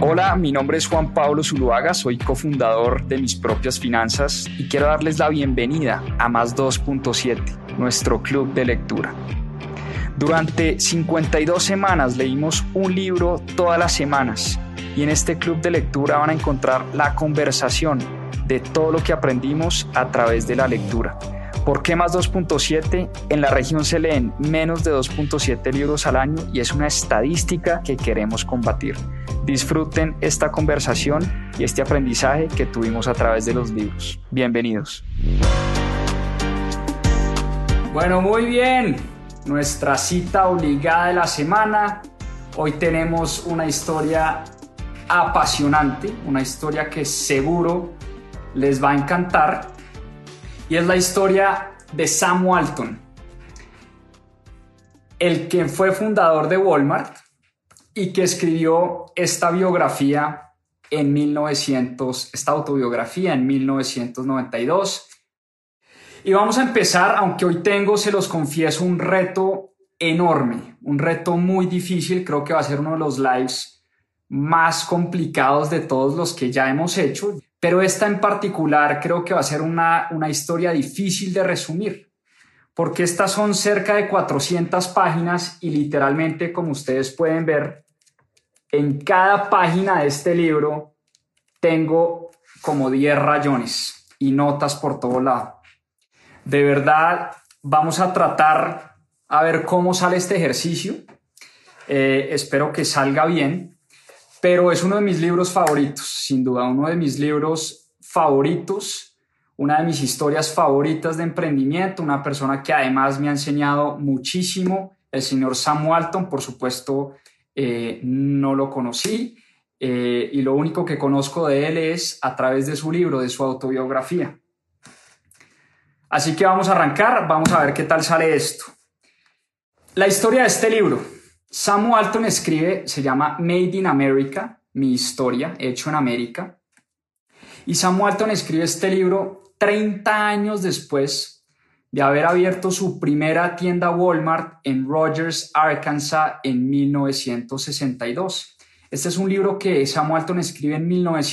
Hola, mi nombre es Juan Pablo Zuluaga, soy cofundador de Mis Propias Finanzas y quiero darles la bienvenida a Más 2.7, nuestro club de lectura. Durante 52 semanas leímos un libro todas las semanas y en este club de lectura van a encontrar la conversación de todo lo que aprendimos a través de la lectura. ¿Por qué más 2.7? En la región se leen menos de 2.7 libros al año y es una estadística que queremos combatir. Disfruten esta conversación y este aprendizaje que tuvimos a través de los libros. Bienvenidos. Bueno, muy bien. Nuestra cita obligada de la semana. Hoy tenemos una historia apasionante, una historia que seguro les va a encantar. Y es la historia de Sam Walton, el que fue fundador de Walmart y que escribió esta autobiografía en 1992. Y vamos a empezar, aunque hoy tengo, se los confieso, un reto enorme, un reto muy difícil. Creo que va a ser uno de los lives más complicados de todos los que ya hemos hecho. Pero esta en particular creo que va a ser una historia difícil de resumir, porque estas son cerca de 400 páginas y literalmente, como ustedes pueden ver, en cada página de este libro tengo como 10 rayones y notas por todo lado. De verdad, vamos a tratar a ver cómo sale este ejercicio. Espero que salga bien. Pero es uno de mis libros favoritos, sin duda, uno de mis libros favoritos, una de mis historias favoritas de emprendimiento, una persona que además me ha enseñado muchísimo, el señor Sam Walton. Por supuesto, no lo conocí y lo único que conozco de él es a través de su libro, de su autobiografía. Así que vamos a arrancar, vamos a ver qué tal sale esto. La historia de este libro. Sam Walton escribe, se llama Made in America, mi historia, hecho en América. Y Sam Walton escribe este libro 30 años después de haber abierto su primera tienda Walmart en Rogers, Arkansas, en 1962. Este es un libro que Sam Walton escribe en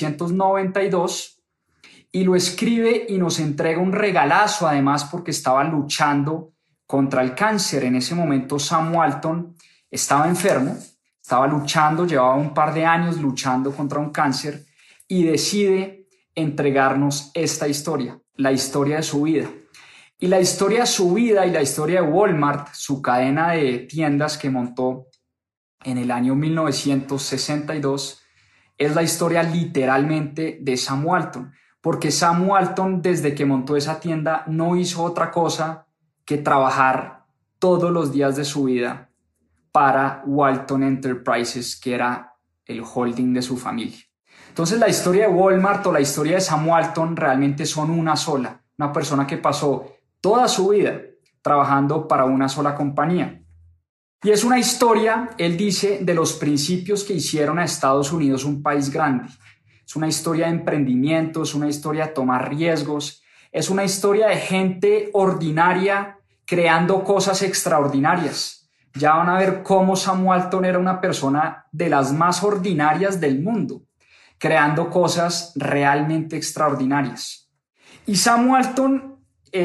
1992 y lo escribe y nos entrega un regalazo, además, porque estaba luchando contra el cáncer. En ese momento Sam Walton estaba enfermo, estaba luchando, llevaba un par de años luchando contra un cáncer y decide entregarnos esta historia, la historia de su vida. Y la historia de su vida y la historia de Walmart, su cadena de tiendas que montó en el año 1962, es la historia literalmente de Sam Walton, porque Sam Walton, desde que montó esa tienda, no hizo otra cosa que trabajar todos los días de su vida para Walton Enterprises, que era el holding de su familia. Entonces la historia de Walmart o la historia de Sam Walton realmente son una sola, una persona que pasó toda su vida trabajando para una sola compañía. Y es una historia, él dice, de los principios que hicieron a Estados Unidos un país grande. Es una historia de emprendimiento, es una historia de tomar riesgos, es una historia de gente ordinaria creando cosas extraordinarias. Ya van a ver cómo Sam Walton era una persona de las más ordinarias del mundo, creando cosas realmente extraordinarias. Y Sam Walton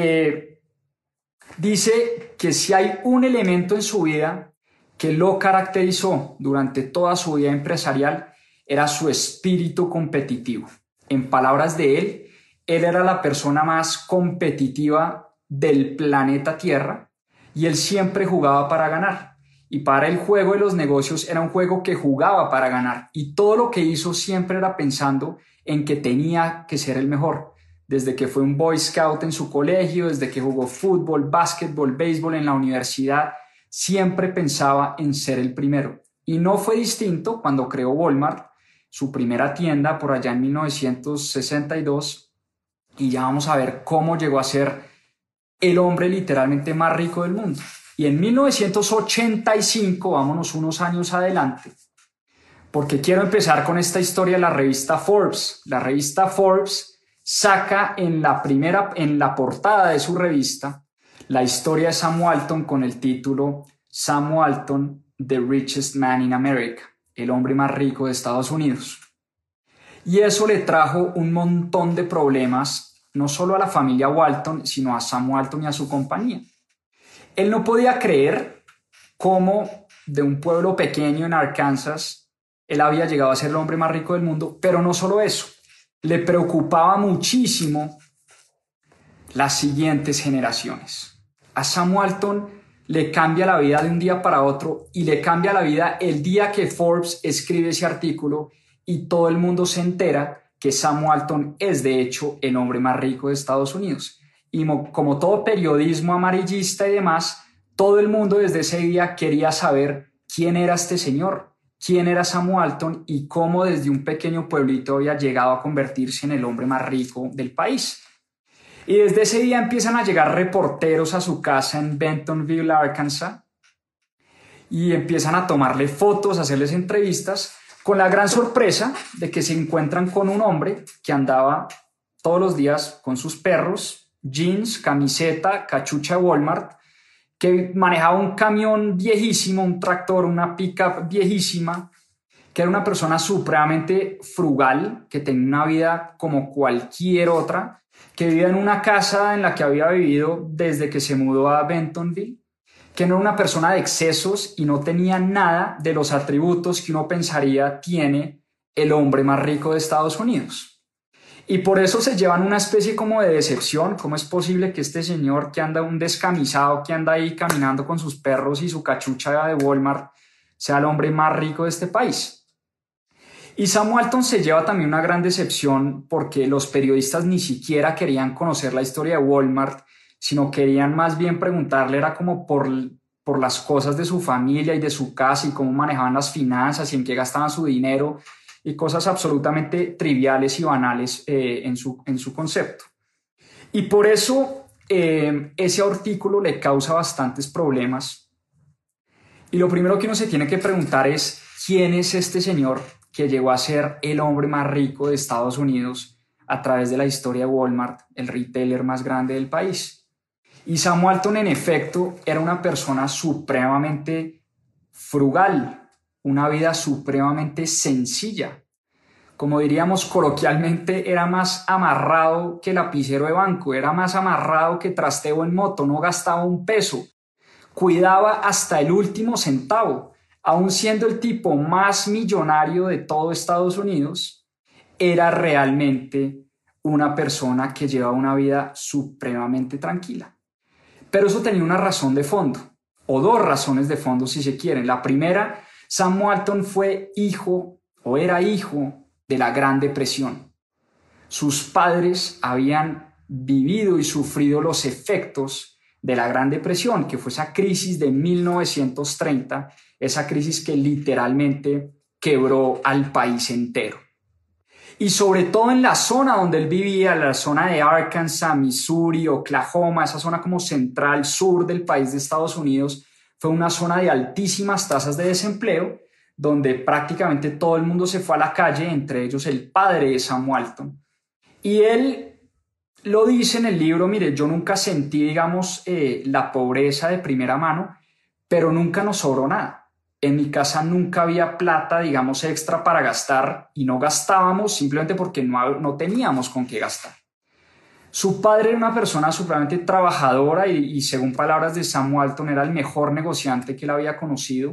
dice que si hay un elemento en su vida que lo caracterizó durante toda su vida empresarial, era su espíritu competitivo. En palabras de él era la persona más competitiva del planeta Tierra. Y él siempre jugaba para ganar. Y para el juego de los negocios era un juego que jugaba para ganar. Y todo lo que hizo siempre era pensando en que tenía que ser el mejor. Desde que fue un Boy Scout en su colegio, desde que jugó fútbol, básquetbol, béisbol en la universidad, siempre pensaba en ser el primero. Y no fue distinto cuando creó Walmart, su primera tienda por allá en 1962. Y ya vamos a ver cómo llegó a ser el hombre literalmente más rico del mundo. Y en 1985, vámonos unos años adelante, porque quiero empezar con esta historia de la revista Forbes. La revista Forbes saca en la portada de su revista la historia de Sam Walton con el título Sam Walton, The Richest Man in America, el hombre más rico de Estados Unidos. Y eso le trajo un montón de problemas, no solo a la familia Walton, sino a Sam Walton y a su compañía. Él no podía creer cómo de un pueblo pequeño en Arkansas él había llegado a ser el hombre más rico del mundo, pero no solo eso, le preocupaba muchísimo las siguientes generaciones. A Sam Walton le cambia la vida de un día para otro y le cambia la vida el día que Forbes escribe ese artículo y todo el mundo se entera que Sam Walton es de hecho el hombre más rico de Estados Unidos. Y como todo periodismo amarillista y demás, todo el mundo desde ese día quería saber quién era este señor, quién era Sam Walton y cómo desde un pequeño pueblito había llegado a convertirse en el hombre más rico del país. Y desde ese día empiezan a llegar reporteros a su casa en Bentonville, Arkansas, y empiezan a tomarle fotos, a hacerles entrevistas, con la gran sorpresa de que se encuentran con un hombre que andaba todos los días con sus perros, jeans, camiseta, cachucha de Walmart, que manejaba un camión viejísimo, un tractor, una pickup viejísima, que era una persona supremamente frugal, que tenía una vida como cualquier otra, que vivía en una casa en la que había vivido desde que se mudó a Bentonville, que no era una persona de excesos y no tenía nada de los atributos que uno pensaría tiene el hombre más rico de Estados Unidos. Y por eso se llevan una especie como de decepción. ¿Cómo es posible que este señor que anda un descamisado, que anda ahí caminando con sus perros y su cachucha de Walmart, sea el hombre más rico de este país? Y Sam Walton se lleva también una gran decepción porque los periodistas ni siquiera querían conocer la historia de Walmart, sino querían más bien preguntarle, era como por las cosas de su familia y de su casa y cómo manejaban las finanzas y en qué gastaban su dinero y cosas absolutamente triviales y banales en su concepto. Y por eso ese artículo le causa bastantes problemas. Y lo primero que uno se tiene que preguntar es, ¿quién es este señor que llegó a ser el hombre más rico de Estados Unidos a través de la historia de Walmart, el retailer más grande del país? Y Sam Walton, en efecto, era una persona supremamente frugal, una vida supremamente sencilla. Como diríamos coloquialmente, era más amarrado que lapicero de banco, era más amarrado que trasteo en moto, no gastaba un peso, cuidaba hasta el último centavo. Aun siendo el tipo más millonario de todo Estados Unidos, era realmente una persona que llevaba una vida supremamente tranquila. Pero eso tenía una razón de fondo, o dos razones de fondo si se quieren. La primera, Sam Walton fue hijo o era hijo de la Gran Depresión. Sus padres habían vivido y sufrido los efectos de la Gran Depresión, que fue esa crisis de 1930, esa crisis que literalmente quebró al país entero. Y sobre todo en la zona donde él vivía, la zona de Arkansas, Missouri, Oklahoma, esa zona como central sur del país de Estados Unidos, fue una zona de altísimas tasas de desempleo, donde prácticamente todo el mundo se fue a la calle, entre ellos el padre de Sam Walton. Y él lo dice en el libro, mire, yo nunca sentí, digamos, la pobreza de primera mano, pero nunca nos sobró nada. En mi casa nunca había plata, digamos, extra para gastar y no gastábamos simplemente porque no teníamos con qué gastar. Su padre era una persona supremamente trabajadora y según palabras de Sam Walton era el mejor negociante que él había conocido.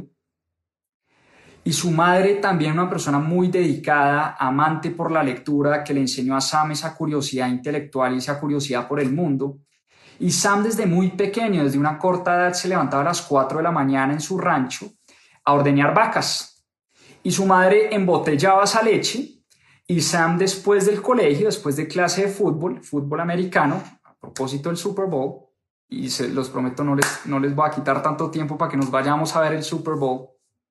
Y su madre también una persona muy dedicada, amante por la lectura, que le enseñó a Sam esa curiosidad intelectual y esa curiosidad por el mundo. Y Sam desde muy pequeño, desde una corta edad, se levantaba a las 4 de la mañana en su rancho a ordeñar vacas. Y su madre embotellaba esa leche y Sam después del colegio, después de clase de fútbol americano, a propósito del Super Bowl, y se los prometo no les voy a quitar tanto tiempo para que nos vayamos a ver el Super Bowl,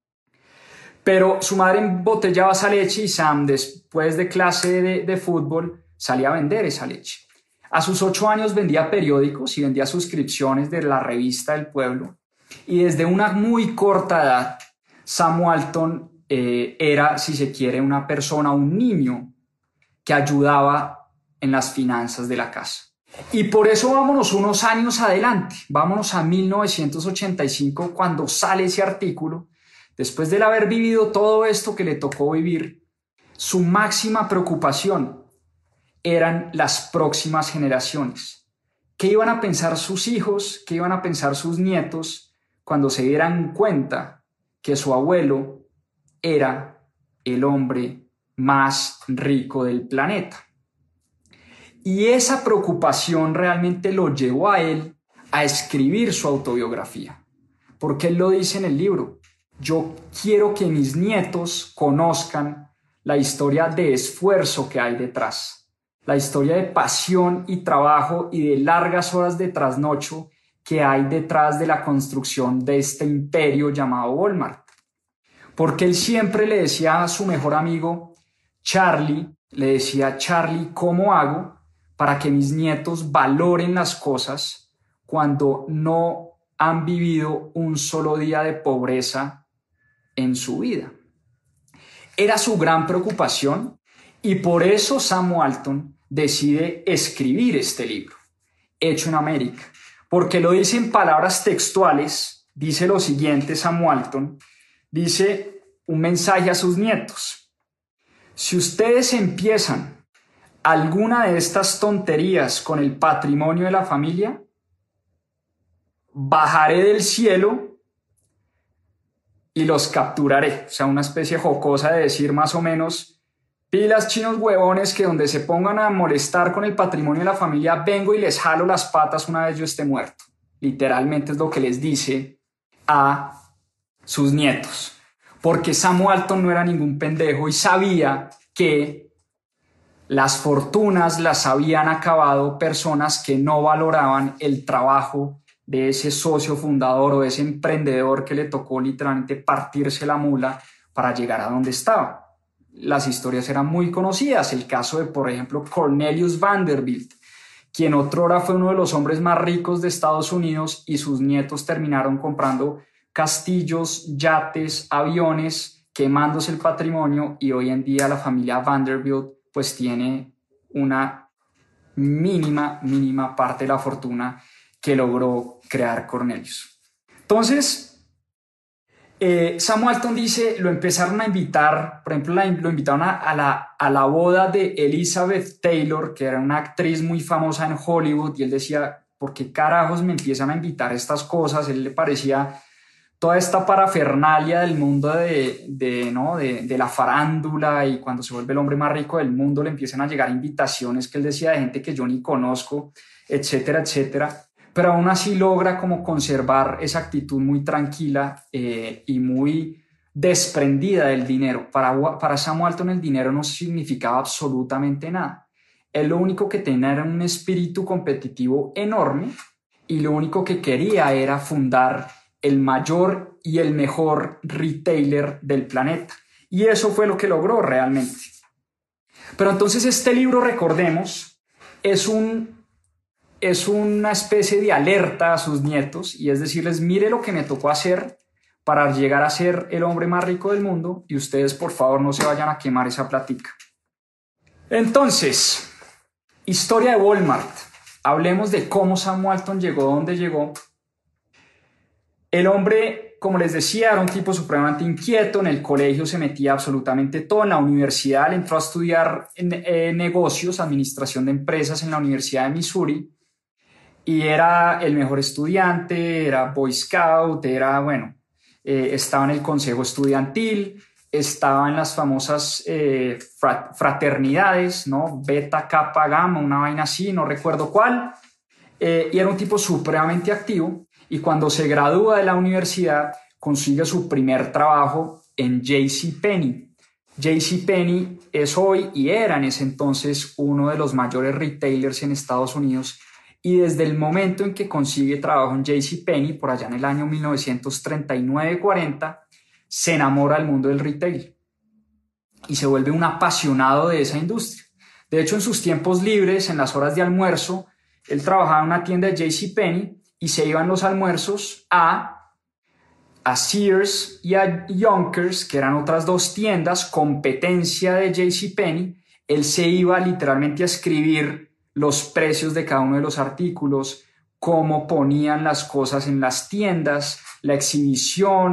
pero su madre embotellaba esa leche y Sam después de clase de fútbol salía a vender esa leche. A sus 8 años vendía periódicos y vendía suscripciones de la revista del pueblo. Y desde una muy corta edad, Sam Walton era, si se quiere, una persona, un niño que ayudaba en las finanzas de la casa. Y por eso vámonos unos años adelante, vámonos a 1985 cuando sale ese artículo después de haber vivido todo esto que le tocó vivir, su máxima preocupación eran las próximas generaciones. ¿Qué iban a pensar sus hijos? ¿Qué iban a pensar sus nietos cuando se dieran cuenta que su abuelo era el hombre más rico del planeta? Y esa preocupación realmente lo llevó a él a escribir su autobiografía. Porque él lo dice en el libro: yo quiero que mis nietos conozcan la historia de esfuerzo que hay detrás, la historia de pasión y trabajo y de largas horas de trasnocho que hay detrás de la construcción de este imperio llamado Walmart. Porque él siempre le decía a su mejor amigo Charlie, le decía: Charlie, ¿cómo hago para que mis nietos valoren las cosas cuando no han vivido un solo día de pobreza en su vida? Era su gran preocupación, y por eso Sam Walton decide escribir este libro, Hecho en América, porque lo dice en palabras textuales. Dice lo siguiente Sam Walton, dice un mensaje a sus nietos: si ustedes empiezan alguna de estas tonterías con el patrimonio de la familia, bajaré del cielo y los capturaré. O sea, una especie jocosa de decir más o menos: pilas, chinos huevones, que donde se pongan a molestar con el patrimonio de la familia, vengo y les jalo las patas una vez yo esté muerto. Literalmente es lo que les dice a sus nietos. Porque Sam Walton no era ningún pendejo y sabía que las fortunas las habían acabado personas que no valoraban el trabajo de ese socio fundador o de ese emprendedor que le tocó literalmente partirse la mula para llegar a donde estaba. Las historias eran muy conocidas. El caso de, por ejemplo, Cornelius Vanderbilt, quien otrora fue uno de los hombres más ricos de Estados Unidos, y sus nietos terminaron comprando castillos, yates, aviones, quemándose el patrimonio, y hoy en día la familia Vanderbilt pues tiene una mínima parte de la fortuna que logró crear Cornelius. Entonces, Sam Walton dice, lo empezaron a invitar, por ejemplo, lo invitaron a la boda de Elizabeth Taylor, que era una actriz muy famosa en Hollywood, y él decía: ¿por qué carajos me empiezan a invitar estas cosas? A él le parecía toda esta parafernalia del mundo de la farándula, y cuando se vuelve el hombre más rico del mundo le empiezan a llegar invitaciones que él decía de gente que yo ni conozco, etcétera, etcétera. Pero aún así logra como conservar esa actitud muy tranquila y muy desprendida del dinero. Para Sam Walton el dinero no significaba absolutamente nada. Él lo único que tenía era un espíritu competitivo enorme, y lo único que quería era fundar el mayor y el mejor retailer del planeta. Y eso fue lo que logró realmente. Pero entonces este libro, recordemos, es una especie de alerta a sus nietos, y es decirles: mire lo que me tocó hacer para llegar a ser el hombre más rico del mundo, y ustedes por favor no se vayan a quemar esa platica. Entonces, historia de Walmart. Hablemos de cómo Sam Walton llegó donde llegó. El hombre, como les decía, era un tipo supremamente inquieto. En el colegio se metía absolutamente todo. En la universidad le entró a estudiar negocios, administración de empresas en la Universidad de Missouri, y era el mejor estudiante, era Boy Scout, estaba en el consejo estudiantil, estaba en las famosas fraternidades, ¿no? Beta, Kappa, Gamma, una vaina así, no recuerdo cuál, y era un tipo supremamente activo. Y cuando se gradúa de la universidad, consigue su primer trabajo en JCPenney. JCPenney es hoy, y era en ese entonces, uno de los mayores retailers en Estados Unidos. Y desde el momento en que consigue trabajo en JCPenney, por allá en el año 1939-40, se enamora del mundo del retail y se vuelve un apasionado de esa industria. De hecho, en sus tiempos libres, en las horas de almuerzo, él trabajaba en una tienda de JCPenney y se iban los almuerzos a Sears y a Yonkers, que eran otras dos tiendas competencia de JCPenney. Él se iba literalmente a escribir los precios de cada uno de los artículos, cómo ponían las cosas en las tiendas, la exhibición,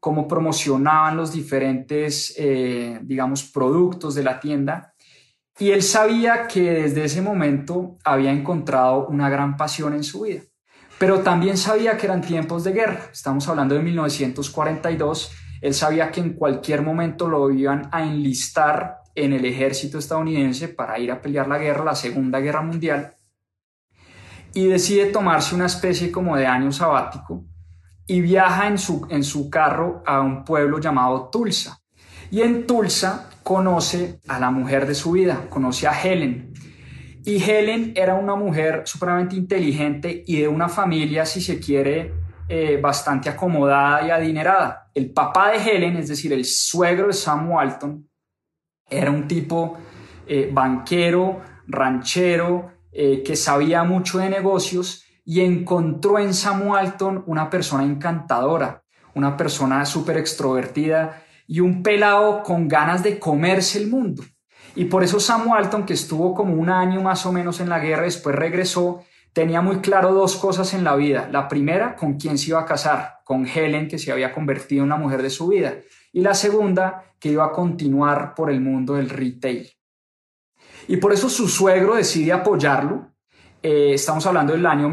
cómo promocionaban los diferentes, digamos, productos de la tienda. Y él sabía que desde ese momento había encontrado una gran pasión en su vida. Pero también sabía que eran tiempos de guerra. Estamos hablando de 1942. Él sabía que en cualquier momento lo iban a enlistar en el ejército estadounidense para ir a pelear la guerra, la Segunda Guerra Mundial. Y decide tomarse una especie como de año sabático y viaja en su carro a un pueblo llamado Tulsa. Y en Tulsa conoce a la mujer de su vida, conoce a Helen. Y Helen era una mujer supremamente inteligente y de una familia, si se quiere, bastante acomodada y adinerada. El papá de Helen, es decir, el suegro de Sam Walton, era un tipo banquero, ranchero, que sabía mucho de negocios y encontró en Sam Walton una persona encantadora, una persona súper extrovertida y un pelado con ganas de comerse el mundo. Y por eso Sam Walton, que estuvo como un año más o menos en la guerra, después regresó, tenía muy claro dos cosas en la vida. La primera, con quién se iba a casar, con Helen, que se había convertido en la mujer de su vida. Y la segunda, que iba a continuar por el mundo del retail. Y por eso su suegro decide apoyarlo. Estamos hablando del año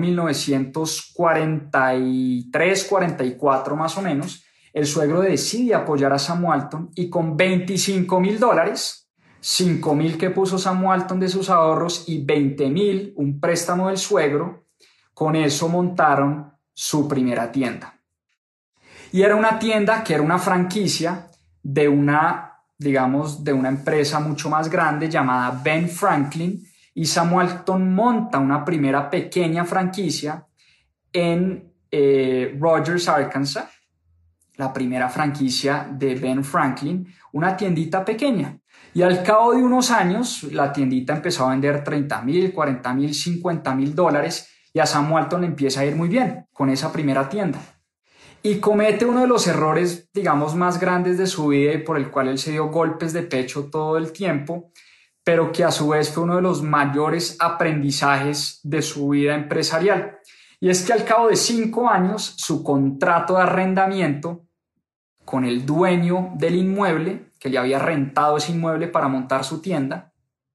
1943-44 más o menos. El suegro decide apoyar a Sam Walton y con $25,000, 5,000 que puso Sam Walton de sus ahorros y 20,000, un préstamo del suegro, con eso montaron su primera tienda. Y era una tienda que era una franquicia de una, digamos, de una empresa mucho más grande llamada Ben Franklin, y Sam Walton monta una primera pequeña franquicia en Rogers, Arkansas, la primera franquicia de Ben Franklin, una tiendita pequeña. Y al cabo de unos años, la tiendita empezó a vender $30,000, $40,000, $50,000 y a Sam Walton le empieza a ir muy bien con esa primera tienda. Y comete uno de los errores, digamos, más grandes de su vida y por el cual él se dio golpes de pecho todo el tiempo, pero que a su vez fue uno de los mayores aprendizajes de su vida empresarial. Y es que al cabo de 5 años, su contrato de arrendamiento con el dueño del inmueble, que le había rentado ese inmueble para montar su tienda,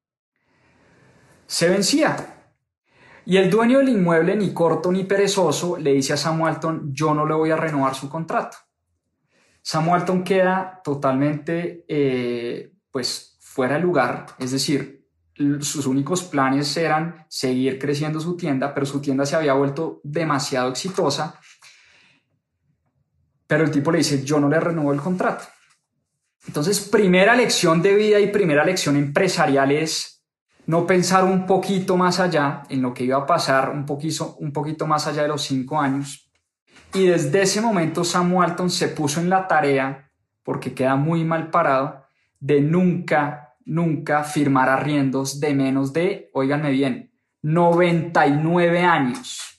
se vencía. Y el dueño del inmueble, ni corto ni perezoso, le dice a Sam Walton: yo no le voy a renovar su contrato. Sam Walton queda totalmente pues fuera de lugar, es decir, sus únicos planes eran seguir creciendo su tienda, pero su tienda se había vuelto demasiado exitosa. Pero el tipo le dice: yo no le renuevo el contrato. Entonces, primera lección de vida y primera lección empresarial es no pensar un poquito más allá en lo que iba a pasar, un poquito más allá de los 5 años. Y desde ese momento Sam Walton se puso en la tarea, porque queda muy mal parado, de nunca firmar arriendos de menos de, óiganme bien, 99 años.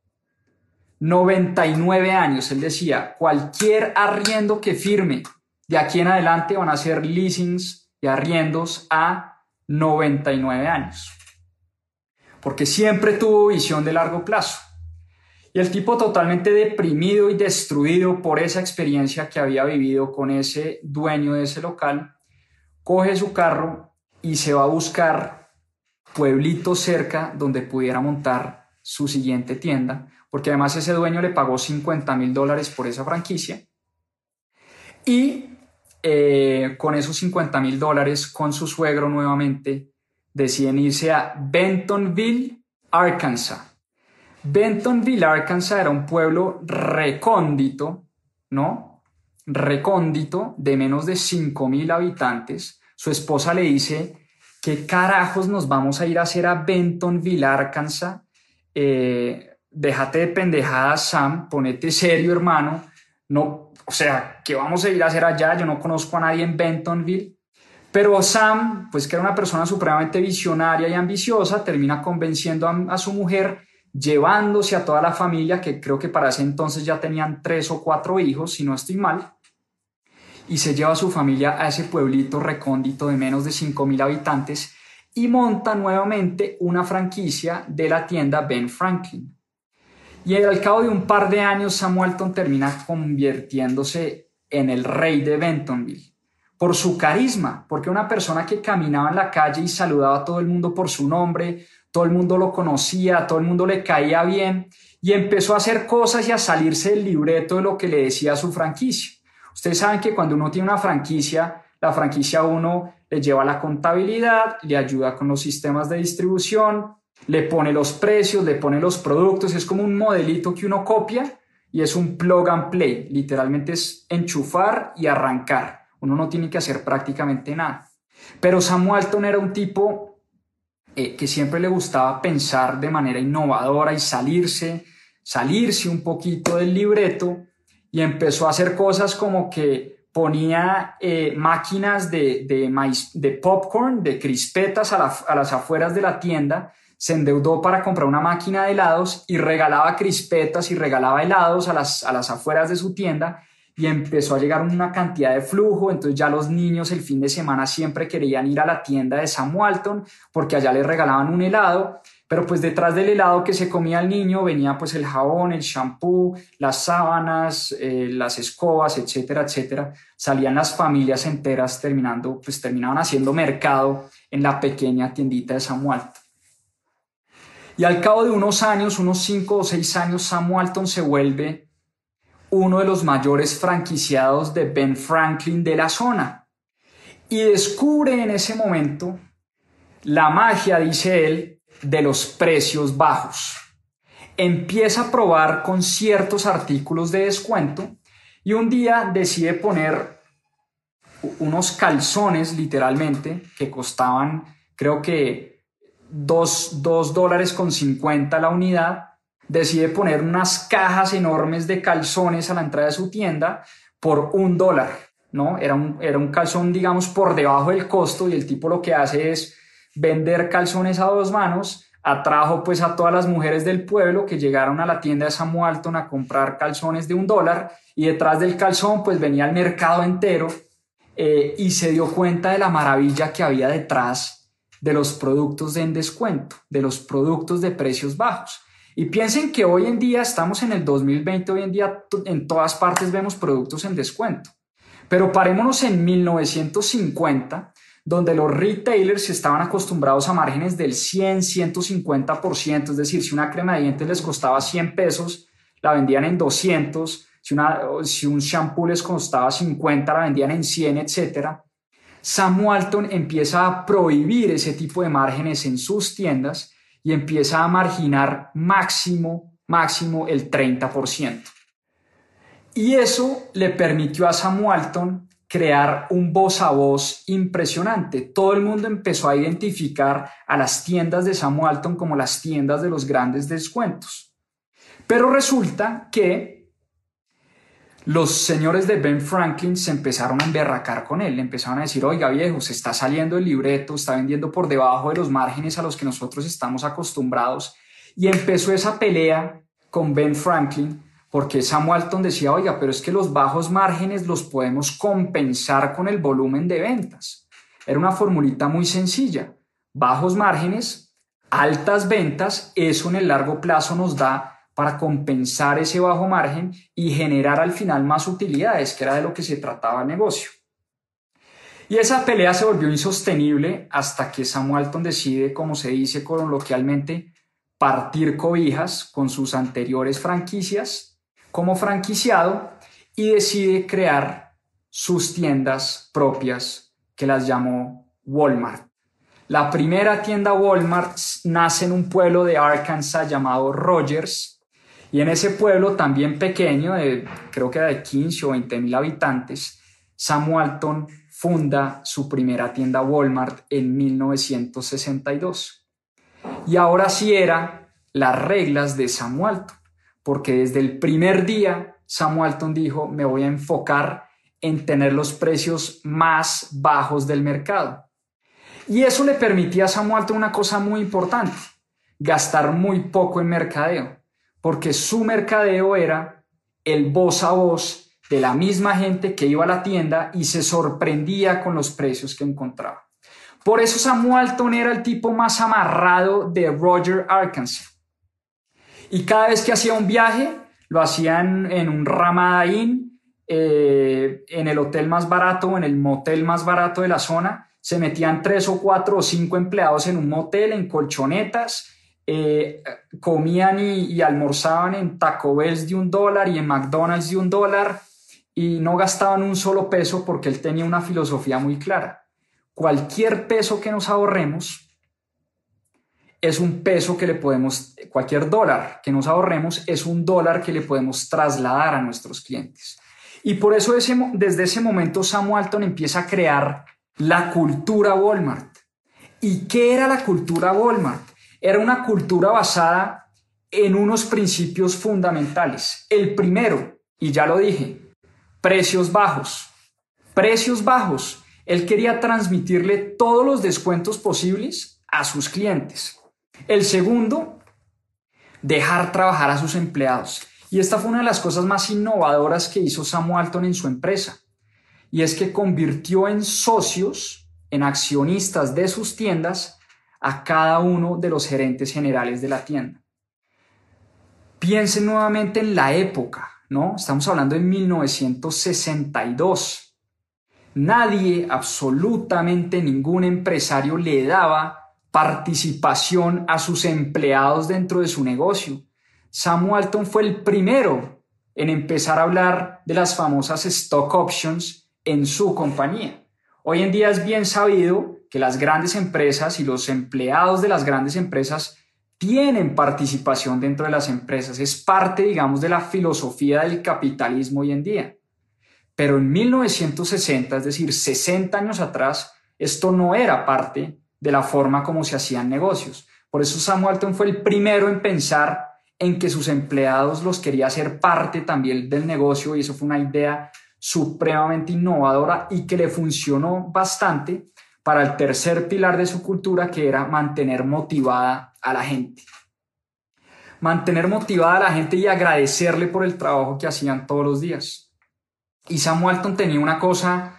99 años. Él decía: cualquier arriendo que firme de aquí en adelante van a ser leasings y arriendos a 99 años. Porque siempre tuvo visión de largo plazo. Y el tipo, totalmente deprimido y destruido por esa experiencia que había vivido con ese dueño de ese local, coge su carro y se va a buscar pueblitos cerca donde pudiera montar su siguiente tienda, porque además ese dueño le pagó $50,000 por esa franquicia. Y con esos $50,000, con su suegro nuevamente, deciden irse a Bentonville, Arkansas. Bentonville, Arkansas era un pueblo recóndito, ¿no? Recóndito, de menos de 5,000 habitantes. Su esposa le dice: ¿qué carajos nos vamos a ir a hacer a Bentonville, Arkansas? Déjate de pendejadas, Sam, ponete serio, hermano. No, o sea, ¿qué vamos a ir a hacer allá? Yo no conozco a nadie en Bentonville. Pero Sam, pues que era una persona supremamente visionaria y ambiciosa, termina convenciendo a su mujer, llevándose a toda la familia, que creo que para ese entonces ya tenían 3 o 4 hijos, si no estoy mal, y se lleva a su familia a ese pueblito recóndito de menos de 5,000 habitantes y monta nuevamente una franquicia de la tienda Ben Franklin. Y al cabo de un par de años, Sam Walton termina convirtiéndose en el rey de Bentonville, por su carisma, porque una persona que caminaba en la calle y saludaba a todo el mundo por su nombre, todo el mundo lo conocía, todo el mundo le caía bien y empezó a hacer cosas y a salirse del libreto de lo que le decía su franquicia. Ustedes saben que cuando uno tiene una franquicia, la franquicia a uno le lleva la contabilidad, le ayuda con los sistemas de distribución, le pone los precios, le pone los productos, es como un modelito que uno copia y es un plug and play, literalmente es enchufar y arrancar, uno no tiene que hacer prácticamente nada. Pero Sam Walton era un tipo que siempre le gustaba pensar de manera innovadora y salirse un poquito del libreto y empezó a hacer cosas como que ponía máquinas de popcorn, de crispetas a las afueras de la tienda, se endeudó para comprar una máquina de helados y regalaba crispetas y regalaba helados a las afueras de su tienda y empezó a llegar una cantidad de flujo, entonces ya los niños el fin de semana siempre querían ir a la tienda de Sam Walton porque allá les regalaban un helado, pero pues detrás del helado que se comía el niño venía pues el jabón, el shampoo, las sábanas, las escobas, etcétera, etcétera. Salían las familias enteras terminaban haciendo mercado en la pequeña tiendita de Sam Walton. Y al cabo de unos años, unos 5 o 6 años, Sam Walton se vuelve uno de los mayores franquiciados de Ben Franklin de la zona. Y descubre en ese momento la magia, dice él, de los precios bajos. Empieza a probar con ciertos artículos de descuento y un día decide poner unos calzones, literalmente, que costaban, creo que $2.50 la unidad, decide poner unas cajas enormes de calzones a la entrada de su tienda por $1, ¿no? Era un calzón, digamos, por debajo del costo y el tipo lo que hace es vender calzones a dos manos. Atrajo pues a todas las mujeres del pueblo que llegaron a la tienda de Sam Walton a comprar calzones de $1 y detrás del calzón pues venía el mercado entero y se dio cuenta de la maravilla que había detrás de los productos en descuento, de los productos de precios bajos. Y piensen que hoy en día estamos en el 2020, hoy en día en todas partes vemos productos en descuento. Pero parémonos en 1950, donde los retailers estaban acostumbrados a márgenes del 100, 150%, es decir, si una crema de dientes les costaba 100 pesos, la vendían en 200, si un shampoo les costaba 50, la vendían en 100, etcétera. Sam Walton empieza a prohibir ese tipo de márgenes en sus tiendas y empieza a marginar máximo el 30%. Y eso le permitió a Sam Walton crear un voz a voz impresionante. Todo el mundo empezó a identificar a las tiendas de Sam Walton como las tiendas de los grandes descuentos. Pero resulta que los señores de Ben Franklin se empezaron a emberracar con él, le empezaron a decir, oiga viejo, se está saliendo el libreto, está vendiendo por debajo de los márgenes a los que nosotros estamos acostumbrados. Y empezó esa pelea con Ben Franklin porque Sam Walton decía, oiga, pero es que los bajos márgenes los podemos compensar con el volumen de ventas. Era una formulita muy sencilla, bajos márgenes, altas ventas, eso en el largo plazo nos da para compensar ese bajo margen y generar al final más utilidades, que era de lo que se trataba el negocio. Y esa pelea se volvió insostenible hasta que Sam Walton decide, como se dice coloquialmente, partir cobijas con sus anteriores franquicias como franquiciado y decide crear sus tiendas propias que las llamó Walmart. La primera tienda Walmart nace en un pueblo de Arkansas llamado Rogers. Y en ese pueblo también pequeño, creo que era de 15 o 20 mil habitantes, Sam Walton funda su primera tienda Walmart en 1962. Y ahora sí eran las reglas de Sam Walton, porque desde el primer día Sam Walton dijo, me voy a enfocar en tener los precios más bajos del mercado. Y eso le permitía a Sam Walton una cosa muy importante, gastar muy poco en mercadeo. Porque su mercadeo era el voz a voz de la misma gente que iba a la tienda y se sorprendía con los precios que encontraba. Por eso Sam Walton era el tipo más amarrado de Rogers, Arkansas. Y cada vez que hacía un viaje, lo hacían en un Ramada Inn, en el hotel más barato o en el motel más barato de la zona, se metían 3 o 4 o 5 empleados en un motel, en colchonetas, comían y almorzaban en Taco Bells de $1 y en McDonald's de $1 y no gastaban un solo peso porque él tenía una filosofía muy clara. Cualquier peso que nos ahorremos es un peso que le podemos, cualquier dólar que nos ahorremos es un dólar que le podemos trasladar a nuestros clientes. Y por eso desde ese momento Sam Walton empieza a crear la cultura Walmart. ¿Y qué era la cultura Walmart? Era una cultura basada en unos principios fundamentales. El primero, y ya lo dije, precios bajos. Precios bajos. Él quería transmitirle todos los descuentos posibles a sus clientes. El segundo, dejar trabajar a sus empleados. Y esta fue una de las cosas más innovadoras que hizo Sam Walton en su empresa. Y es que convirtió en socios, en accionistas de sus tiendas, a cada uno de los gerentes generales de la tienda. Piensen nuevamente en la época, ¿no? Estamos hablando de 1962. Nadie, absolutamente ningún empresario le daba participación a sus empleados dentro de su negocio. Sam Walton fue el primero en empezar a hablar de las famosas stock options en su compañía. Hoy en día es bien sabido que las grandes empresas y los empleados de las grandes empresas tienen participación dentro de las empresas. Es parte, digamos, de la filosofía del capitalismo hoy en día. Pero en 1960, es decir, 60 años atrás, esto no era parte de la forma como se hacían negocios. Por eso Sam Walton fue el primero en pensar en que sus empleados los quería hacer parte también del negocio, y eso fue una idea supremamente innovadora y que le funcionó bastante para el tercer pilar de su cultura, que era mantener motivada a la gente. Mantener motivada a la gente y agradecerle por el trabajo que hacían todos los días. Y Sam Walton tenía una cosa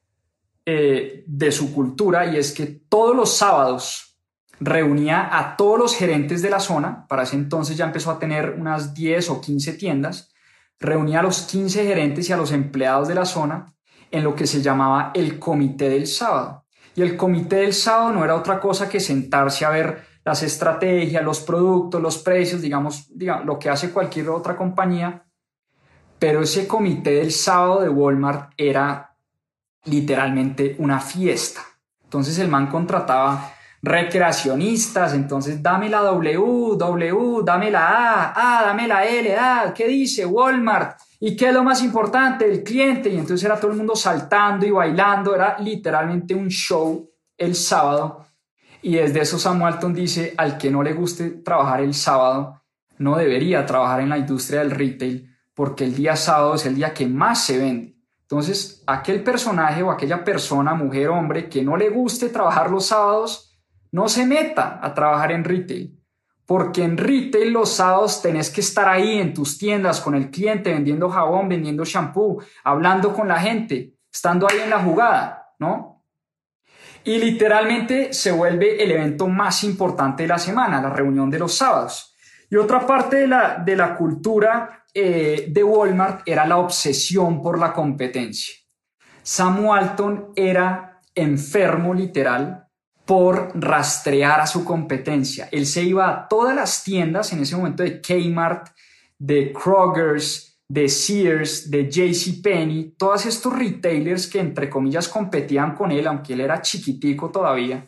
de su cultura, y es que todos los sábados reunía a todos los gerentes de la zona. Para ese entonces ya empezó a tener unas 10 o 15 tiendas. Reunía a los 15 gerentes y a los empleados de la zona en lo que se llamaba el comité del sábado. Y el comité del sábado no era otra cosa que sentarse a ver las estrategias, los productos, los precios, digamos lo que hace cualquier otra compañía. Pero ese comité del sábado de Walmart era literalmente una fiesta. Entonces el man contrataba recreacionistas, entonces dame la W, dame la A, dame la L, ¿qué dice Walmart? ¿Y qué es lo más importante? El cliente. Y entonces era todo el mundo saltando y bailando, era literalmente un show el sábado. Y desde eso Sam Walton dice, al que no le guste trabajar el sábado, no debería trabajar en la industria del retail, porque el día sábado es el día que más se vende. Entonces, aquel personaje o aquella persona, mujer o hombre, que no le guste trabajar los sábados, no se meta a trabajar en retail, porque en retail los sábados tenés que estar ahí en tus tiendas con el cliente, vendiendo jabón, vendiendo shampoo, hablando con la gente, estando ahí en la jugada, ¿no? Y literalmente se vuelve el evento más importante de la semana, la reunión de los sábados. Y otra parte de la cultura de Walmart era la obsesión por la competencia. Sam Walton era enfermo literal por rastrear a su competencia. Él se iba a todas las tiendas en ese momento de Kmart, de Kroger's, de Sears, de JCPenney, todos estos retailers que entre comillas competían con él, aunque él era chiquitico todavía.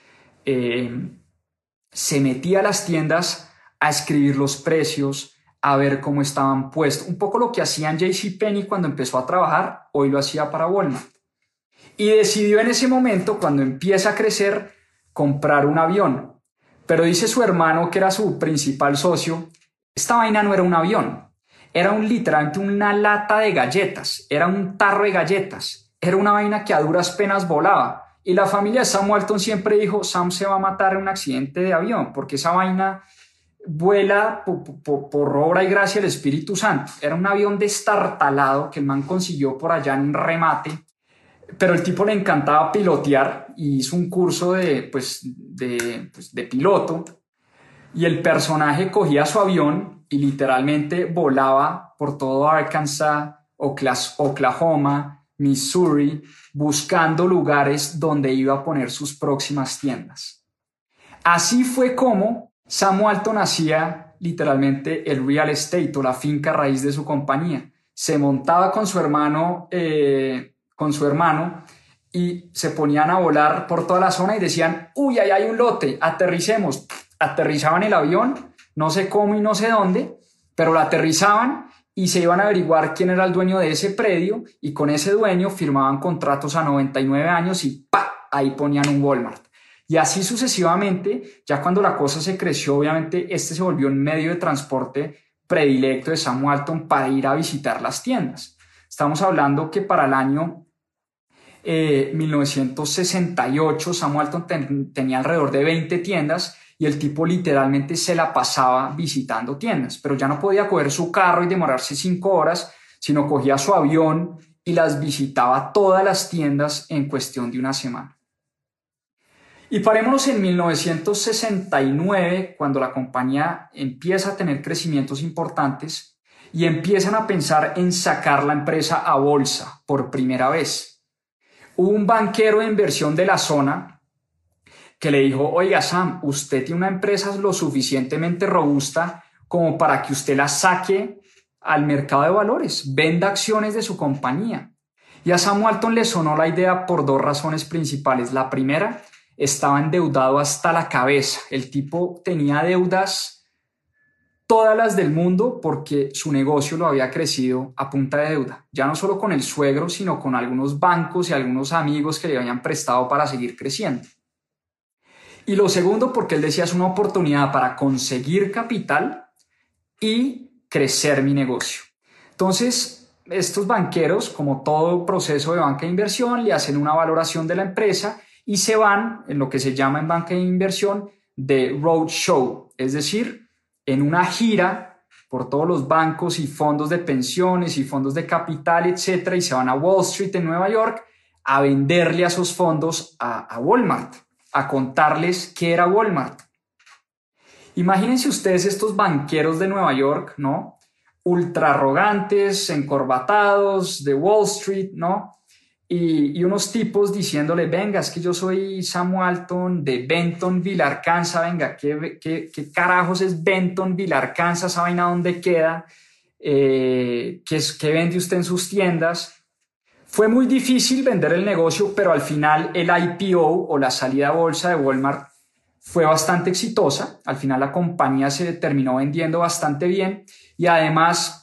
Se metía a las tiendas a escribir los precios, a ver cómo estaban puestos. Un poco lo que hacían JCPenney cuando empezó a trabajar, hoy lo hacía para Walmart. Y decidió en ese momento, cuando empieza a crecer, comprar un avión. Pero dice su hermano, que era su principal socio, esta vaina no era un avión, era literalmente una lata de galletas, era un tarro de galletas, era una vaina que a duras penas volaba. Y la familia de Sam Walton siempre dijo, Sam se va a matar en un accidente de avión, porque esa vaina vuela por obra y gracia del Espíritu Santo. Era un avión destartalado que el man consiguió por allá en un remate, pero el tipo le encantaba pilotear y hizo un curso de piloto, y el personaje cogía su avión y literalmente volaba por todo Arkansas, Oklahoma, Missouri, buscando lugares donde iba a poner sus próximas tiendas. Así fue como Sam Walton hacía literalmente el real estate o la finca raíz de su compañía. Se montaba con su hermano y se ponían a volar por toda la zona y decían, uy, ahí hay un lote, aterricemos. Aterrizaban el avión, no sé cómo y no sé dónde, pero lo aterrizaban y se iban a averiguar quién era el dueño de ese predio y con ese dueño firmaban contratos a 99 años y ¡pa! Ahí ponían un Walmart. Y así sucesivamente, ya cuando la cosa se creció, obviamente este se volvió un medio de transporte predilecto de Sam Walton para ir a visitar las tiendas. Estamos hablando que para el año 1968 Sam Walton tenía alrededor de 20 tiendas y el tipo literalmente se la pasaba visitando tiendas, pero ya no podía coger su carro y demorarse 5 horas, sino cogía su avión y las visitaba todas las tiendas en cuestión de una semana. Y parémonos en 1969, cuando la compañía empieza a tener crecimientos importantes y empiezan a pensar en sacar la empresa a bolsa por primera vez. Hubo un banquero de inversión de la zona que le dijo, oiga Sam, usted tiene una empresa lo suficientemente robusta como para que usted la saque al mercado de valores, venda acciones de su compañía. Y a Sam Walton le sonó la idea por 2 razones principales. La primera, estaba endeudado hasta la cabeza. El tipo tenía deudas, todas las del mundo, porque su negocio lo había crecido a punta de deuda. Ya no solo con el suegro, sino con algunos bancos y algunos amigos que le habían prestado para seguir creciendo. Y lo segundo, porque él decía es una oportunidad para conseguir capital y crecer mi negocio. Entonces, estos banqueros, como todo proceso de banca de inversión, le hacen una valoración de la empresa y se van en lo que se llama en banca de inversión de roadshow, es decir, en una gira por todos los bancos y fondos de pensiones y fondos de capital, etcétera, y se van a Wall Street en Nueva York a venderle a esos fondos a Walmart, a contarles qué era Walmart. Imagínense ustedes estos banqueros de Nueva York, ¿no? Ultra arrogantes, encorbatados, de Wall Street, ¿no? Y unos tipos diciéndole, venga, es que yo soy Sam Walton de Bentonville, Arkansas, venga, ¿qué carajos es Bentonville, Arkansas? ¿Esa vaina dónde queda? ¿Qué vende usted en sus tiendas? Fue muy difícil vender el negocio, pero al final el IPO o la salida a bolsa de Walmart fue bastante exitosa. Al final la compañía se terminó vendiendo bastante bien y además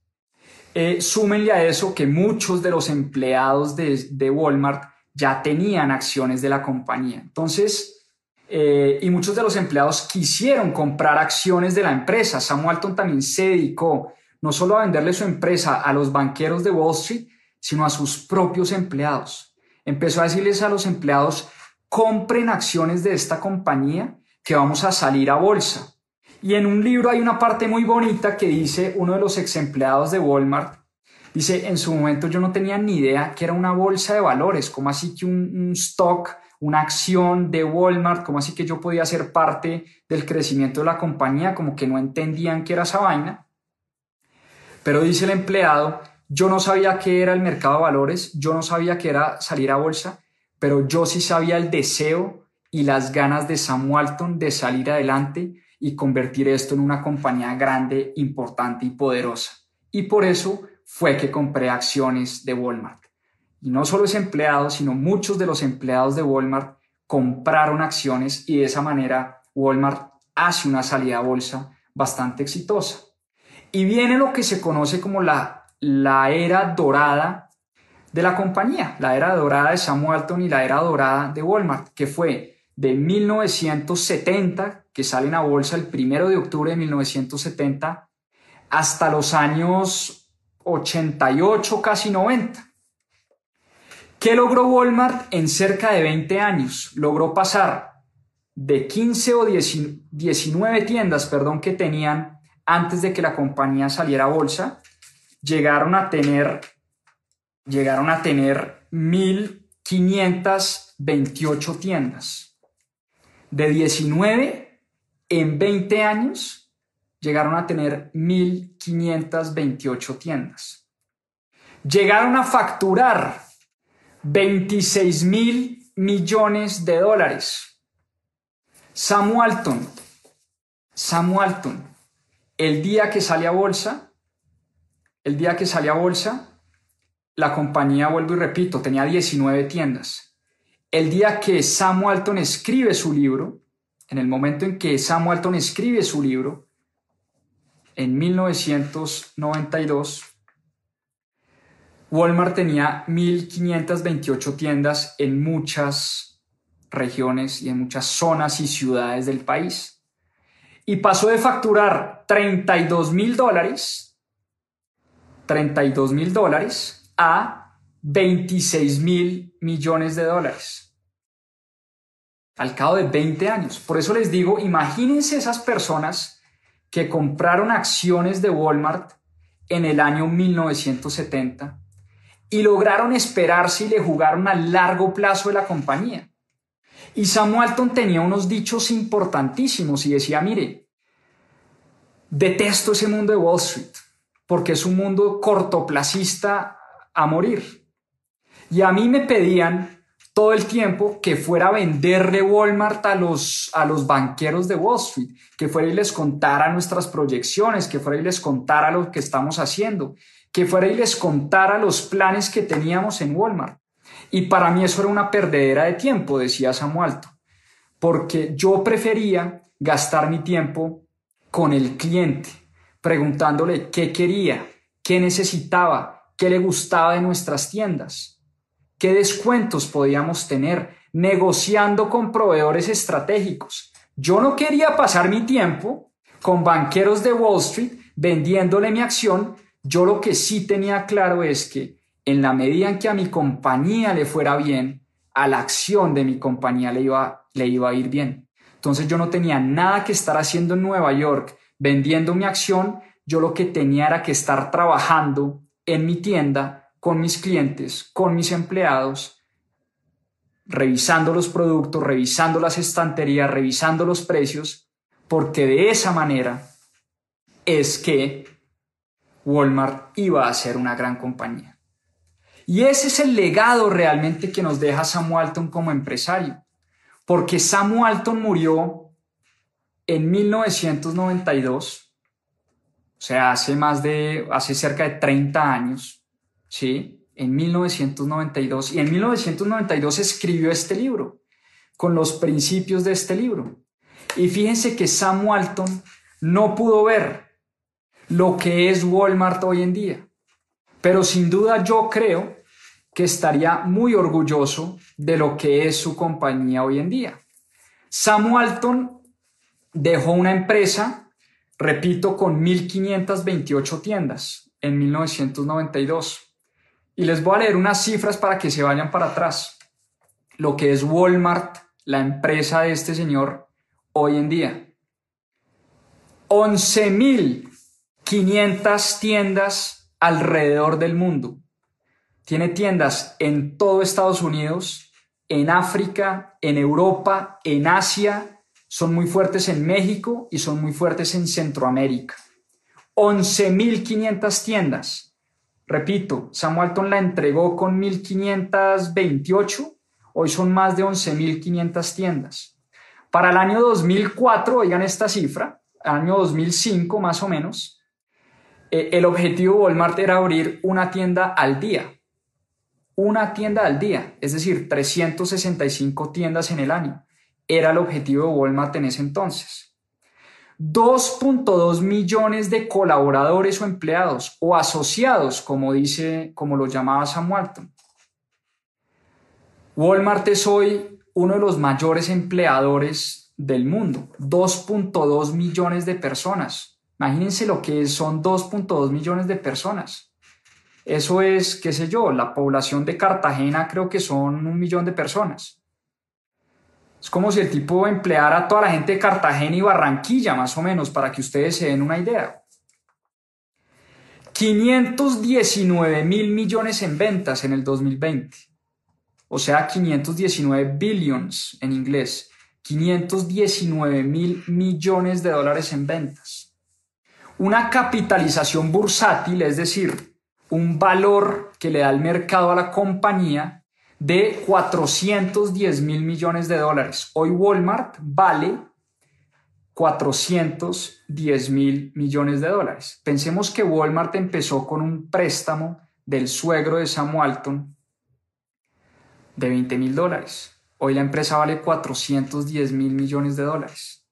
súmenle a eso que muchos de los empleados de Walmart ya tenían acciones de la compañía. Entonces, y muchos de los empleados quisieron comprar acciones de la empresa. Sam Walton también se dedicó no solo a venderle su empresa a los banqueros de Wall Street, sino a sus propios empleados. Empezó a decirles a los empleados, compren acciones de esta compañía que vamos a salir a bolsa. Y en un libro hay una parte muy bonita que dice uno de los ex empleados de Walmart, dice, en su momento yo no tenía ni idea que era una bolsa de valores, como así que un stock, una acción de Walmart, como así que yo podía ser parte del crecimiento de la compañía, como que no entendían qué era esa vaina. Pero dice el empleado, yo no sabía qué era el mercado de valores, yo no sabía qué era salir a bolsa, pero yo sí sabía el deseo y las ganas de Sam Walton de salir adelante y convertir esto en una compañía grande, importante y poderosa. Y por eso fue que compré acciones de Walmart. Y no solo ese empleado, sino muchos de los empleados de Walmart compraron acciones y de esa manera Walmart hace una salida a bolsa bastante exitosa. Y viene lo que se conoce como la era dorada de la compañía, la era dorada de Sam Walton y la era dorada de Walmart, que fue de 1970, que salen a bolsa el 1 de octubre de 1970, hasta los años 88, casi 90. ¿Qué logró Walmart en cerca de 20 años? Logró pasar de 15 o 19 tiendas, que tenían antes de que la compañía saliera a bolsa, llegaron a tener 1,528 tiendas. De 19 en 20 años llegaron a tener 1,528 tiendas. Llegaron a facturar 26.000 millones de dólares. Sam Walton, el día que sale a bolsa, la compañía, vuelvo y repito, tenía 19 tiendas. El día que Sam Walton escribe su libro, en el momento en que Sam Walton escribe su libro, en 1992, Walmart tenía 1.528 tiendas en muchas regiones y en muchas zonas y ciudades del país. Y pasó de facturar $32.000 a 26.000 millones de dólares al cabo de 20 años. Por eso les digo, imagínense esas personas que compraron acciones de Walmart en el año 1970 y lograron esperarse y le jugaron a largo plazo de la compañía. Y Sam Walton tenía unos dichos importantísimos y decía, mire, detesto ese mundo de Wall Street porque es un mundo cortoplacista a morir. Y a mí me pedían todo el tiempo que fuera a venderle Walmart a los banqueros de Wall Street, que fuera y les contara nuestras proyecciones, que fuera y les contara lo que estamos haciendo, que fuera y les contara los planes que teníamos en Walmart. Y para mí eso era una perdedera de tiempo, decía Sam Walton, porque yo prefería gastar mi tiempo con el cliente, preguntándole qué quería, qué necesitaba, qué le gustaba de nuestras tiendas, qué descuentos podíamos tener, negociando con proveedores estratégicos. Yo no quería pasar mi tiempo con banqueros de Wall Street vendiéndole mi acción. Yo lo que sí tenía claro es que en la medida en que a mi compañía le fuera bien, a la acción de mi compañía le iba a ir bien. Entonces yo no tenía nada que estar haciendo en Nueva York vendiendo mi acción. Yo lo que tenía era que estar trabajando en mi tienda con mis clientes, con mis empleados, revisando los productos, revisando las estanterías, revisando los precios, porque de esa manera es que Walmart iba a ser una gran compañía. Y ese es el legado realmente que nos deja Sam Walton como empresario, porque Sam Walton murió en 1992, o sea, hace cerca de 30 años, ¿sí? En 1992, y en 1992 escribió este libro, con los principios de este libro. Y fíjense que Sam Walton no pudo ver lo que es Walmart hoy en día, pero sin duda yo creo que estaría muy orgulloso de lo que es su compañía hoy en día. Sam Walton dejó una empresa, repito, con 1.528 tiendas en 1992. Y les voy a leer unas cifras para que se vayan para atrás. Lo que es Walmart, la empresa de este señor, hoy en día. 11.500 tiendas alrededor del mundo. Tiene tiendas en todo Estados Unidos, en África, en Europa, en Asia. Son muy fuertes en México y son muy fuertes en Centroamérica. 11.500 tiendas. Repito, Sam Walton la entregó con 1.528. Hoy son más de 11.500 tiendas. Para el año 2004, oigan esta cifra, año 2005 más o menos, el objetivo de Walmart era abrir una tienda al día. Una tienda al día, es decir, 365 tiendas en el año. Era el objetivo de Walmart en ese entonces. 2.2 millones de colaboradores o empleados o asociados, como lo llamaba Sam Walton. Walmart es hoy uno de los mayores empleadores del mundo. 2.2 millones de personas. Imagínense lo que son 2.2 millones de personas. Eso es, qué sé yo, la población de Cartagena creo que son 1 millón de personas. Es como si el tipo empleara a toda la gente de Cartagena y Barranquilla, más o menos, para que ustedes se den una idea. 519.000 millones en ventas en el 2020. O sea, 519 billions en inglés. 519.000 millones de dólares en ventas. Una capitalización bursátil, es decir, un valor que le da el mercado a la compañía de 410 mil millones de dólares. Hoy Walmart vale 410 mil millones de dólares. Pensemos que Walmart empezó con un préstamo del suegro de Sam Walton de 20 mil dólares. Hoy la empresa vale 410 mil millones de dólares.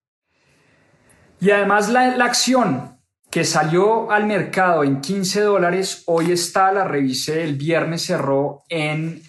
Y además la acción que salió al mercado en 15 dólares, hoy está, la revisé el viernes, cerró en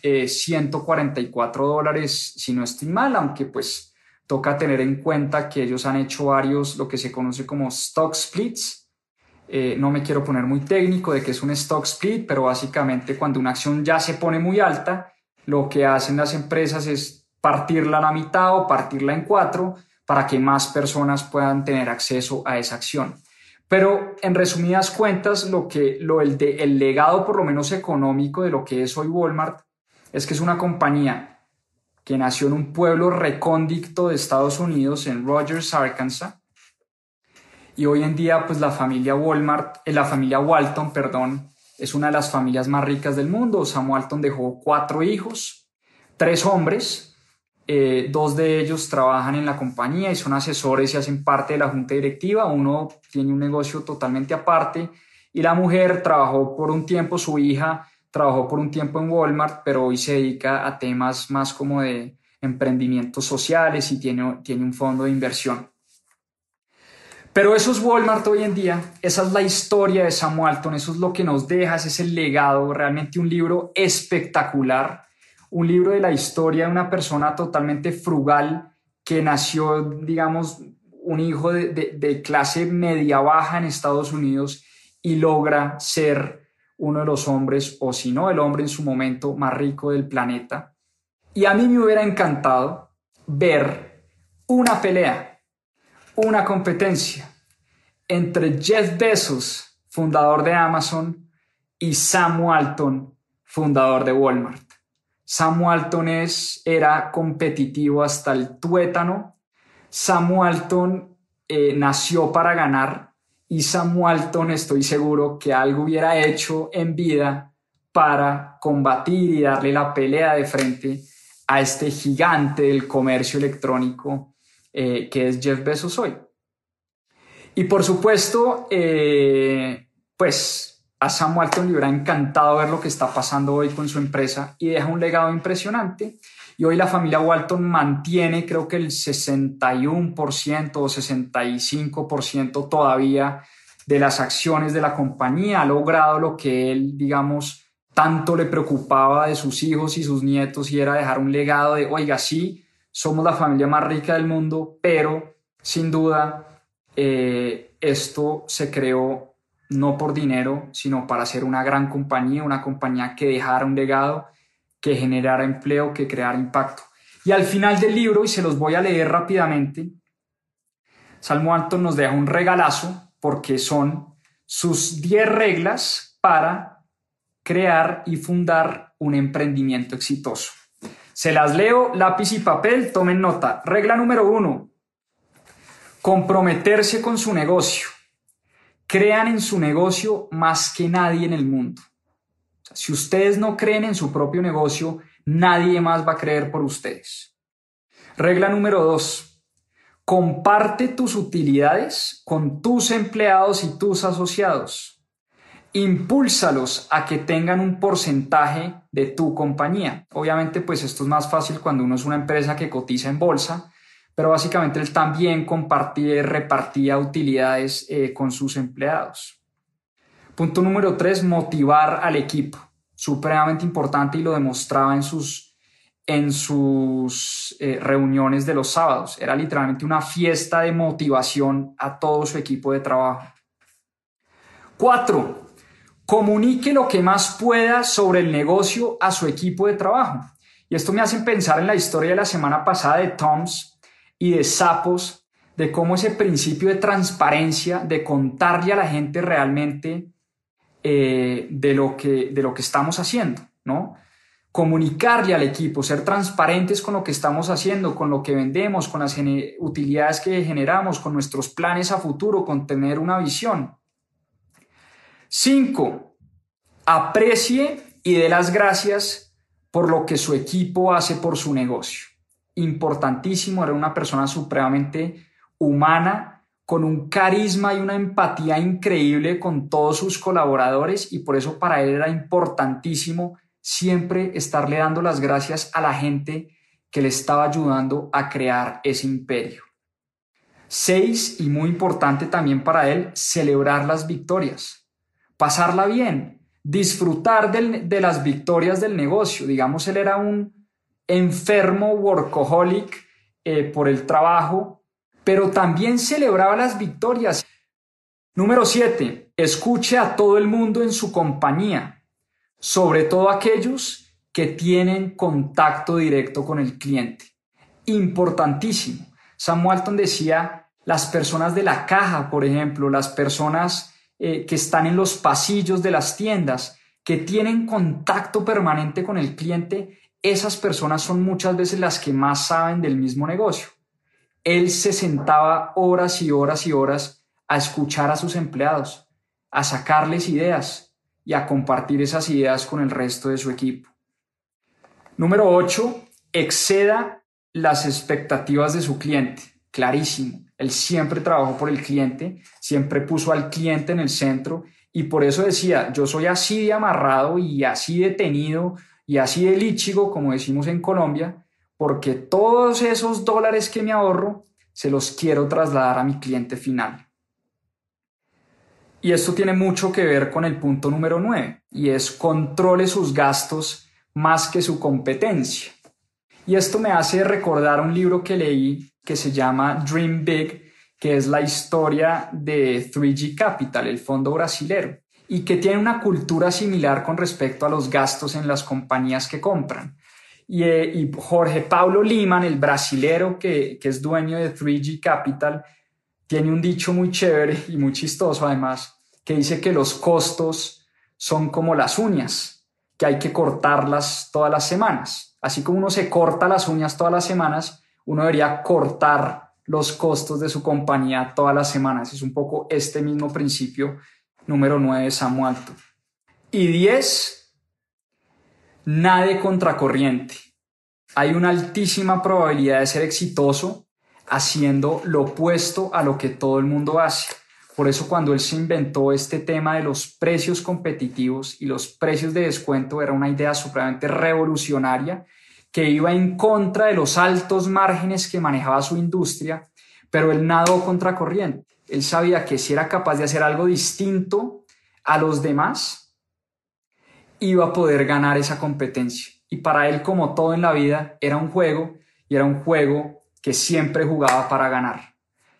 144 dólares, si no estoy mal, aunque pues toca tener en cuenta que ellos han hecho varios, lo que se conoce como stock splits. No me quiero poner muy técnico de qué es un stock split, pero básicamente cuando una acción ya se pone muy alta, lo que hacen las empresas es partirla a la mitad o partirla en cuatro para que más personas puedan tener acceso a esa acción. Pero en resumidas cuentas, el legado por lo menos económico de lo que es hoy Walmart es que es una compañía que nació en un pueblo recóndito de Estados Unidos, en Rogers, Arkansas, y hoy en día pues la familia Walton, es una de las familias más ricas del mundo. Sam Walton dejó 4 hijos, 3 hombres. 2 de ellos trabajan en la compañía y son asesores y hacen parte de la junta directiva. Uno tiene un negocio totalmente aparte y la mujer trabajó por un tiempo, su hija trabajó por un tiempo en Walmart, pero hoy se dedica a temas más como de emprendimientos sociales y tiene un fondo de inversión. Pero eso es Walmart hoy en día, esa es la historia de Sam Walton, eso es lo que nos deja, ese es el legado, realmente un libro espectacular. Un libro de la historia de una persona totalmente frugal que nació, digamos, un hijo de clase media-baja en Estados Unidos y logra ser uno de los hombres, o si no, el hombre en su momento más rico del planeta. Y a mí me hubiera encantado ver una pelea, una competencia entre Jeff Bezos, fundador de Amazon, y Sam Walton, fundador de Walmart. Sam Walton era competitivo hasta el tuétano. Sam Walton nació para ganar y Sam Walton, estoy seguro que algo hubiera hecho en vida para combatir y darle la pelea de frente a este gigante del comercio electrónico que es Jeff Bezos hoy. Y por supuesto, pues a Sam Walton le hubiera encantado ver lo que está pasando hoy con su empresa y deja un legado impresionante. Y hoy la familia Walton mantiene, creo que el 61% o 65% todavía de las acciones de la compañía. Ha logrado lo que él, digamos, tanto le preocupaba de sus hijos y sus nietos, y era dejar un legado de, oiga, sí, somos la familia más rica del mundo, pero sin duda esto se creó no por dinero, sino para ser una gran compañía, una compañía que dejara un legado, que generara empleo, que creara impacto. Y al final del libro, y se los voy a leer rápidamente, Sam Walton nos deja un regalazo porque son sus 10 reglas para crear y fundar un emprendimiento exitoso. Se las leo, lápiz y papel, tomen nota. Regla número 1, comprometerse con su negocio. Crean en su negocio más que nadie en el mundo. O sea, si ustedes no creen en su propio negocio, nadie más va a creer por ustedes. Regla número 2. Comparte tus utilidades con tus empleados y tus asociados. Impúlsalos a que tengan un porcentaje de tu compañía. Obviamente, pues esto es más fácil cuando uno es una empresa que cotiza en bolsa, pero básicamente él también repartía utilidades con sus empleados. Punto número 3, motivar al equipo. Supremamente importante, y lo demostraba en sus reuniones de los sábados. Era literalmente una fiesta de motivación a todo su equipo de trabajo. 4, comunique lo que más pueda sobre el negocio a su equipo de trabajo. Y esto me hace pensar en la historia de la semana pasada de Toms y de Zappos, de cómo ese principio de transparencia, de contarle a la gente realmente de lo que estamos haciendo, ¿no? Comunicarle al equipo, ser transparentes con lo que estamos haciendo, con lo que vendemos, con las utilidades que generamos, con nuestros planes a futuro, con tener una visión. 5, Aprecie y dé las gracias por lo que su equipo hace por su negocio. Importantísimo, era una persona supremamente humana, con un carisma y una empatía increíble con todos sus colaboradores, y por eso para él era importantísimo siempre estarle dando las gracias a la gente que le estaba ayudando a crear ese imperio. 6, y muy importante también para él, celebrar las victorias, pasarla bien, disfrutar de las victorias del negocio. Digamos, él era un enfermo workaholic por el trabajo, pero también celebraba las victorias. Número 7, escuche a todo el mundo en su compañía, sobre todo aquellos que tienen contacto directo con el cliente. Importantísimo. Sam Walton decía, las personas de la caja, por ejemplo, las personas que están en los pasillos de las tiendas, que tienen contacto permanente con el cliente, esas personas son muchas veces las que más saben del mismo negocio. Él se sentaba horas y horas y horas a escuchar a sus empleados, a sacarles ideas y a compartir esas ideas con el resto de su equipo. Número 8, exceda las expectativas de su cliente. Clarísimo, él siempre trabajó por el cliente, siempre puso al cliente en el centro, y por eso decía, yo soy así de amarrado y así de tenido y así de lichigo, como decimos en Colombia, porque todos esos dólares que me ahorro se los quiero trasladar a mi cliente final. Y esto tiene mucho que ver con el punto número 9, y es controle sus gastos más que su competencia. Y esto me hace recordar un libro que leí que se llama Dream Big, que es la historia de 3G Capital, el fondo brasilero, y que tiene una cultura similar con respecto a los gastos en las compañías que compran. Y Jorge Paulo Lemann, el brasilero que es dueño de 3G Capital, tiene un dicho muy chévere y muy chistoso además, que dice que los costos son como las uñas, que hay que cortarlas todas las semanas. Así como uno se corta las uñas todas las semanas, uno debería cortar los costos de su compañía todas las semanas. Es un poco este mismo principio número 9 de Sam Walton. Y 10, nade contracorriente. Hay una altísima probabilidad de ser exitoso haciendo lo opuesto a lo que todo el mundo hace. Por eso cuando él se inventó este tema de los precios competitivos y los precios de descuento, era una idea supremamente revolucionaria que iba en contra de los altos márgenes que manejaba su industria, pero él nadó contracorriente. Él sabía que si era capaz de hacer algo distinto a los demás, iba a poder ganar esa competencia. Y para él, como todo en la vida, era un juego, y era un juego que siempre jugaba para ganar.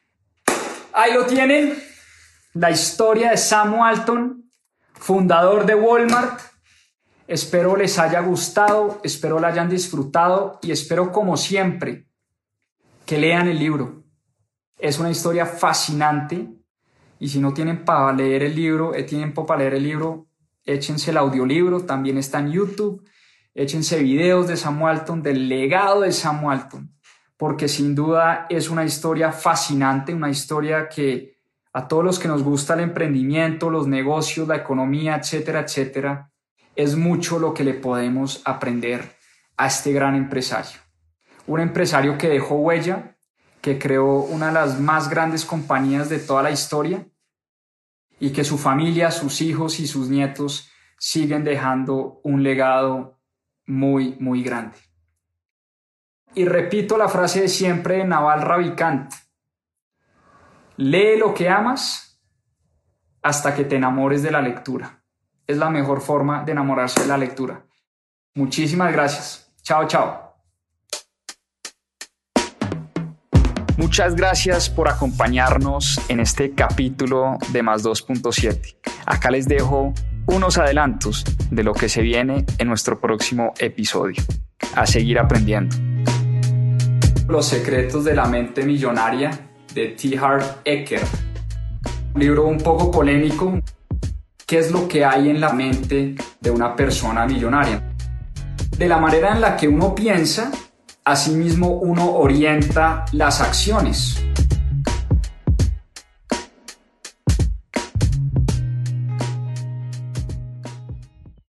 Ahí lo tienen, la historia de Sam Walton, fundador de Walmart. Espero les haya gustado, espero la hayan disfrutado y espero, como siempre, que lean el libro. Es una historia fascinante y si no tienen para leer el libro, tiempo para leer el libro, échense el audiolibro, también está en YouTube, échense videos de Sam Walton, del legado de Sam Walton, porque sin duda es una historia fascinante, una historia que a todos los que nos gusta el emprendimiento, los negocios, la economía, etcétera, etcétera, es mucho lo que le podemos aprender a este gran empresario. Un empresario que dejó huella, que creó una de las más grandes compañías de toda la historia y que su familia, sus hijos y sus nietos siguen dejando un legado muy, muy grande. Y repito la frase de siempre de Naval Ravikant: lee lo que amas hasta que te enamores de la lectura. Es la mejor forma de enamorarse de la lectura. Muchísimas gracias. Chao, chao. Muchas gracias por acompañarnos en este capítulo de Más 2.7. Acá les dejo unos adelantos de lo que se viene en nuestro próximo episodio. A seguir aprendiendo. Los secretos de la mente millonaria de T. Harv Eker. Un libro un poco polémico. ¿Qué es lo que hay en la mente de una persona millonaria? De la manera en la que uno piensa, asimismo uno orienta las acciones.